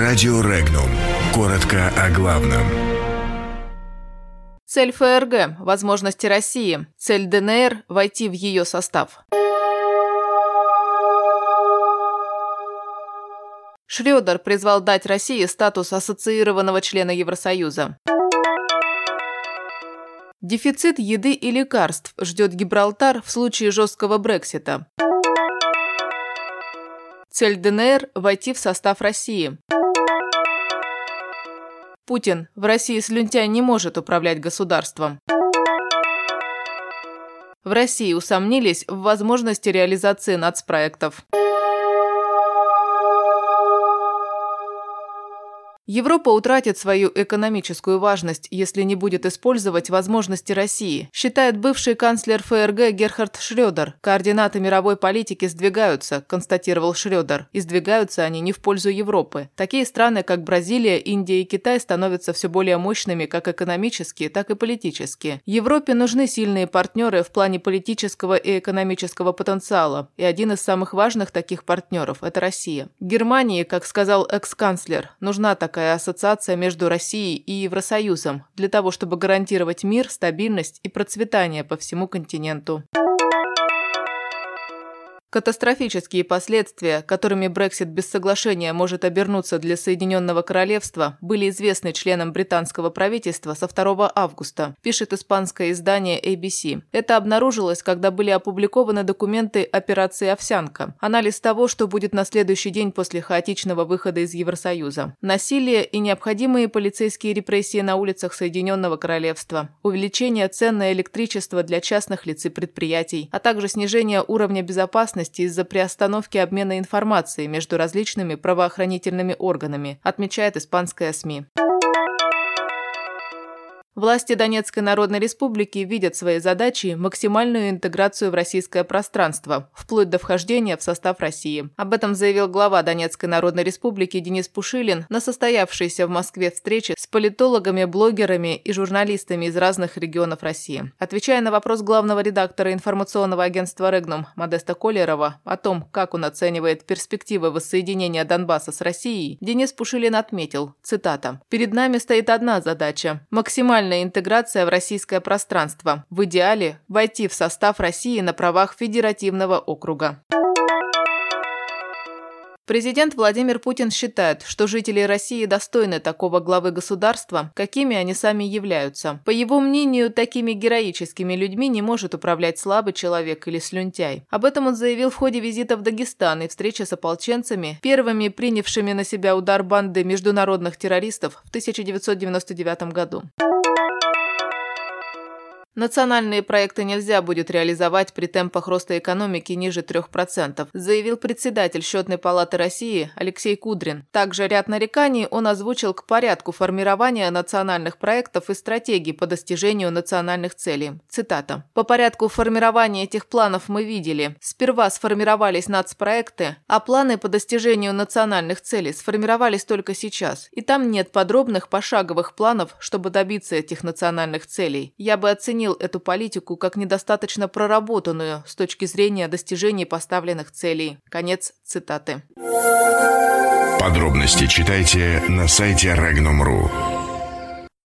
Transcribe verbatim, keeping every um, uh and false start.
Радио Регнум. Коротко о главном. Цель ФРГ – возможности России. Цель ДНР – войти в ее состав. Шрёдер призвал дать России статус ассоциированного члена Евросоюза. Дефицит еды и лекарств ждет Гибралтар в случае жесткого Брексита. Цель ДНР – войти в состав России. Путин: в России слюнтяй не может управлять государством. В России усомнились в возможности реализации нацпроектов. Европа утратит свою экономическую важность, если не будет использовать возможности России, считает бывший канцлер ФРГ Герхард Шрёдер. Координаты мировой политики сдвигаются, констатировал Шрёдер, и сдвигаются они не в пользу Европы. Такие страны, как Бразилия, Индия и Китай, становятся все более мощными как экономически, так и политически. Европе нужны сильные партнеры в плане политического и экономического потенциала, и один из самых важных таких партнеров – это Россия. Германии, как сказал экс-канцлер, нужна такая ассоциация между Россией и Евросоюзом для того, чтобы гарантировать мир, стабильность и процветание по всему континенту. Катастрофические последствия, которыми Брексит без соглашения может обернуться для Соединенного Королевства, были известны членам британского правительства со второго августа, пишет испанское издание эй би си. Это обнаружилось, когда были опубликованы документы операции «Овсянка», анализ того, что будет на следующий день после хаотичного выхода из Евросоюза. Насилие и необходимые полицейские репрессии на улицах Соединенного Королевства, увеличение цен на электричество для частных лиц и предприятий, а также снижение уровня безопасности из-за приостановки обмена информацией между различными правоохранительными органами, отмечает испанская СМИ. Власти Донецкой Народной Республики видят своей задачей максимальную интеграцию в российское пространство, вплоть до вхождения в состав России. Об этом заявил глава Донецкой Народной Республики Денис Пушилин на состоявшейся в Москве встрече с политологами, блогерами и журналистами из разных регионов России. Отвечая на вопрос главного редактора информационного агентства «Регнум» Модеста Колерова о том, как он оценивает перспективы воссоединения Донбасса с Россией, Денис Пушилин отметил, цитата: «Перед нами стоит одна задача – максимальная интеграция в российское пространство. В идеале – войти в состав России на правах федеративного округа». Президент Владимир Путин считает, что жители России достойны такого главы государства, какими они сами являются. По его мнению, такими героическими людьми не может управлять слабый человек или слюнтяй. Об этом он заявил в ходе визита в Дагестан и встречи с ополченцами, первыми принявшими на себя удар банды международных террористов в тысяча девятьсот девяносто девятом году. Национальные проекты нельзя будет реализовать при темпах роста экономики ниже трех процентов, заявил председатель Счетной палаты России Алексей Кудрин. Также ряд нареканий он озвучил к порядку формирования национальных проектов и стратегий по достижению национальных целей. Цитата: «По порядку формирования этих планов мы видели. Сперва сформировались нацпроекты, а планы по достижению национальных целей сформировались только сейчас. И там нет подробных пошаговых планов, чтобы добиться этих национальных целей. Я бы оценил эту политику как недостаточно проработанную с точки зрения достижения поставленных целей». Конец цитаты. Подробности читайте на сайте регнум точка ру.